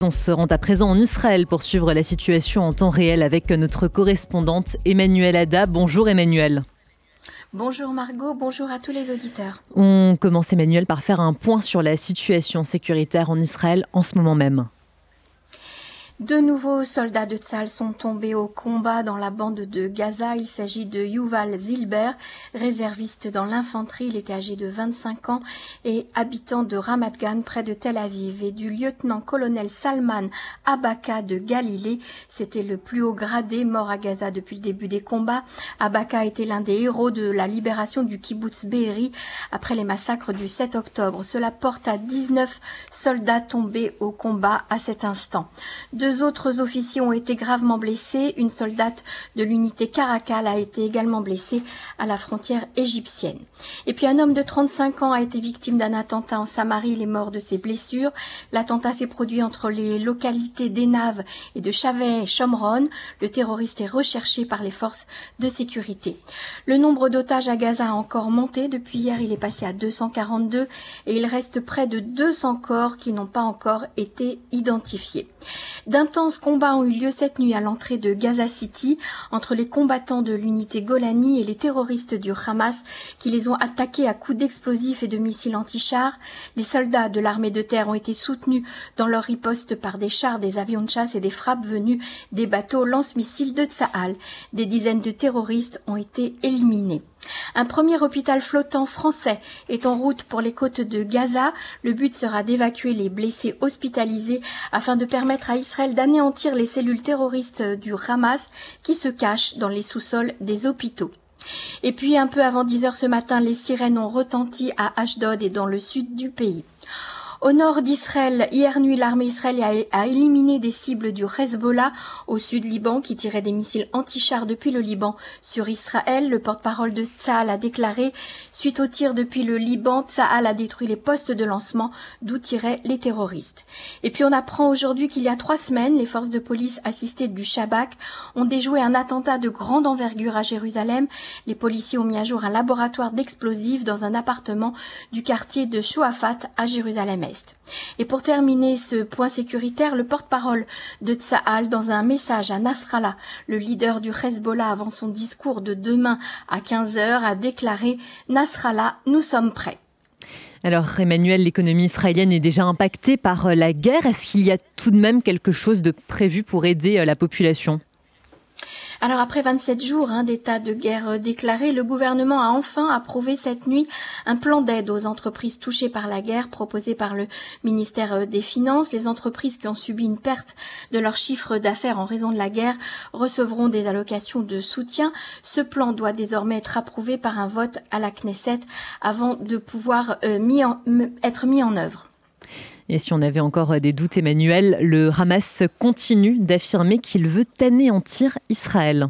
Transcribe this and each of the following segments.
On se rend à présent en Israël pour suivre la situation en temps réel avec notre correspondante Emmanuelle Ada. Bonjour Emmanuelle. Bonjour Margot, bonjour à tous les auditeurs. On commence Emmanuelle par faire un point sur la situation sécuritaire en Israël en ce moment même. De nouveaux soldats de Tsahal sont tombés au combat dans la bande de Gaza. Il s'agit de Yuval Zilber, réserviste dans l'infanterie. Il était âgé de 25 ans et habitant de Ramat Gan, près de Tel Aviv, et du lieutenant-colonel Salman Abaka de Galilée. C'était le plus haut gradé mort à Gaza depuis le début des combats. Abaka était l'un des héros de la libération du kibboutz Be'eri après les massacres du 7 octobre. Cela porte à 19 soldats tombés au combat à cet instant. Deux autres officiers ont été gravement blessés. Une soldate de l'unité Caracal a été également blessée à la frontière égyptienne. Et puis un homme de 35 ans a été victime d'un attentat en Samarie. Il est mort de ses blessures. L'attentat s'est produit entre les localités d'Enav et de Chaveh Shomron. Le terroriste est recherché par les forces de sécurité. Le nombre d'otages à Gaza a encore monté. Depuis hier, il est passé à 242 et il reste près de 200 corps qui n'ont pas encore été identifiés. D'intenses combats ont eu lieu cette nuit à l'entrée de Gaza City entre les combattants de l'unité Golani et les terroristes du Hamas qui les ont attaqués à coups d'explosifs et de missiles anti-chars. Les soldats de l'armée de terre ont été soutenus dans leur riposte par des chars, des avions de chasse et des frappes venues des bateaux lance-missiles de Tsahal. Des dizaines de terroristes ont été éliminés. Un premier hôpital flottant français est en route pour les côtes de Gaza. Le but sera d'évacuer les blessés hospitalisés afin de permettre à Israël d'anéantir les cellules terroristes du Hamas qui se cachent dans les sous-sols des hôpitaux. Et puis un peu avant 10 heures ce matin, les sirènes ont retenti à Ashdod et dans le sud du pays. Au nord d'Israël, hier nuit, l'armée israélienne a éliminé des cibles du Hezbollah au sud Liban qui tiraient des missiles anti-chars depuis le Liban sur Israël. Le porte-parole de Tsahal a déclaré, suite aux tirs depuis le Liban, Tsahal a détruit les postes de lancement d'où tiraient les terroristes. Et puis on apprend aujourd'hui qu'il y a 3 semaines, les forces de police assistées du Shabak ont déjoué un attentat de grande envergure à Jérusalem. Les policiers ont mis à jour un laboratoire d'explosifs dans un appartement du quartier de Shouafat à Jérusalem-Est. Et pour terminer ce point sécuritaire, le porte-parole de Tsahal, dans un message à Nasrallah, le leader du Hezbollah avant son discours de demain à 15h, a déclaré « Nasrallah, nous sommes prêts ». Alors Emmanuelle, l'économie israélienne est déjà impactée par la guerre. Est-ce qu'il y a tout de même quelque chose de prévu pour aider la population ? Alors après 27 jours d'état de guerre déclaré, le gouvernement a enfin approuvé cette nuit un plan d'aide aux entreprises touchées par la guerre proposé par le ministère des Finances. Les entreprises qui ont subi une perte de leur chiffre d'affaires en raison de la guerre recevront des allocations de soutien. Ce plan doit désormais être approuvé par un vote à la Knesset avant de pouvoir être mis en œuvre. Et si on avait encore des doutes, Emmanuelle, le Hamas continue d'affirmer qu'il veut anéantir Israël.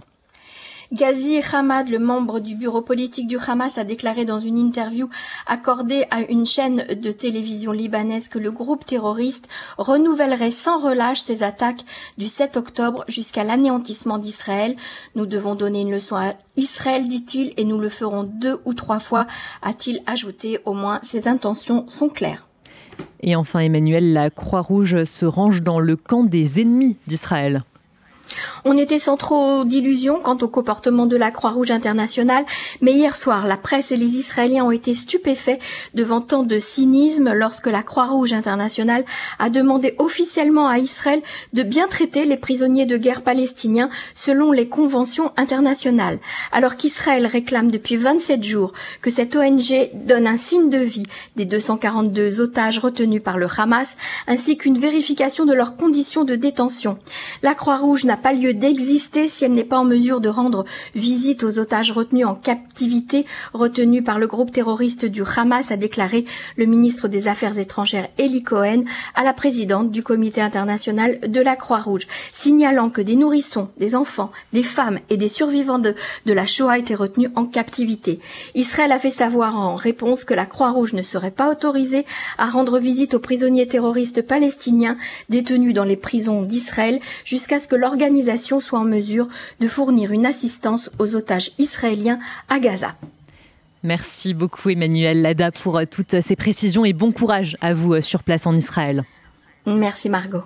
Ghazi Hamad, le membre du bureau politique du Hamas, a déclaré dans une interview accordée à une chaîne de télévision libanaise que le groupe terroriste renouvellerait sans relâche ses attaques du 7 octobre jusqu'à l'anéantissement d'Israël. Nous devons donner une leçon à Israël, dit-il, et nous le ferons 2 ou 3 fois, a-t-il ajouté. Au moins, ses intentions sont claires. Et enfin, Emmanuelle, la Croix-Rouge se range dans le camp des ennemis d'Israël. On était sans trop d'illusions quant au comportement de la Croix-Rouge internationale, mais hier soir, la presse et les Israéliens ont été stupéfaits devant tant de cynisme lorsque la Croix-Rouge internationale a demandé officiellement à Israël de bien traiter les prisonniers de guerre palestiniens selon les conventions internationales. Alors qu'Israël réclame depuis 27 jours que cette ONG donne un signe de vie des 242 otages retenus par le Hamas, ainsi qu'une vérification de leurs conditions de détention. La Croix-Rouge n'a pas lieu d'exister si elle n'est pas en mesure de rendre visite aux otages retenus en captivité, retenus par le groupe terroriste du Hamas, a déclaré le ministre des Affaires étrangères Eli Cohen à la présidente du Comité international de la Croix-Rouge, signalant que des nourrissons, des enfants, des femmes et des survivants de la Shoah étaient retenus en captivité. Israël a fait savoir en réponse que la Croix-Rouge ne serait pas autorisée à rendre visite aux prisonniers terroristes palestiniens détenus dans les prisons d'Israël jusqu'à ce que l'organisation soit en mesure de fournir une assistance aux otages israéliens à Gaza. Merci beaucoup Emmanuelle Ada pour toutes ces précisions et bon courage à vous sur place en Israël. Merci Margot.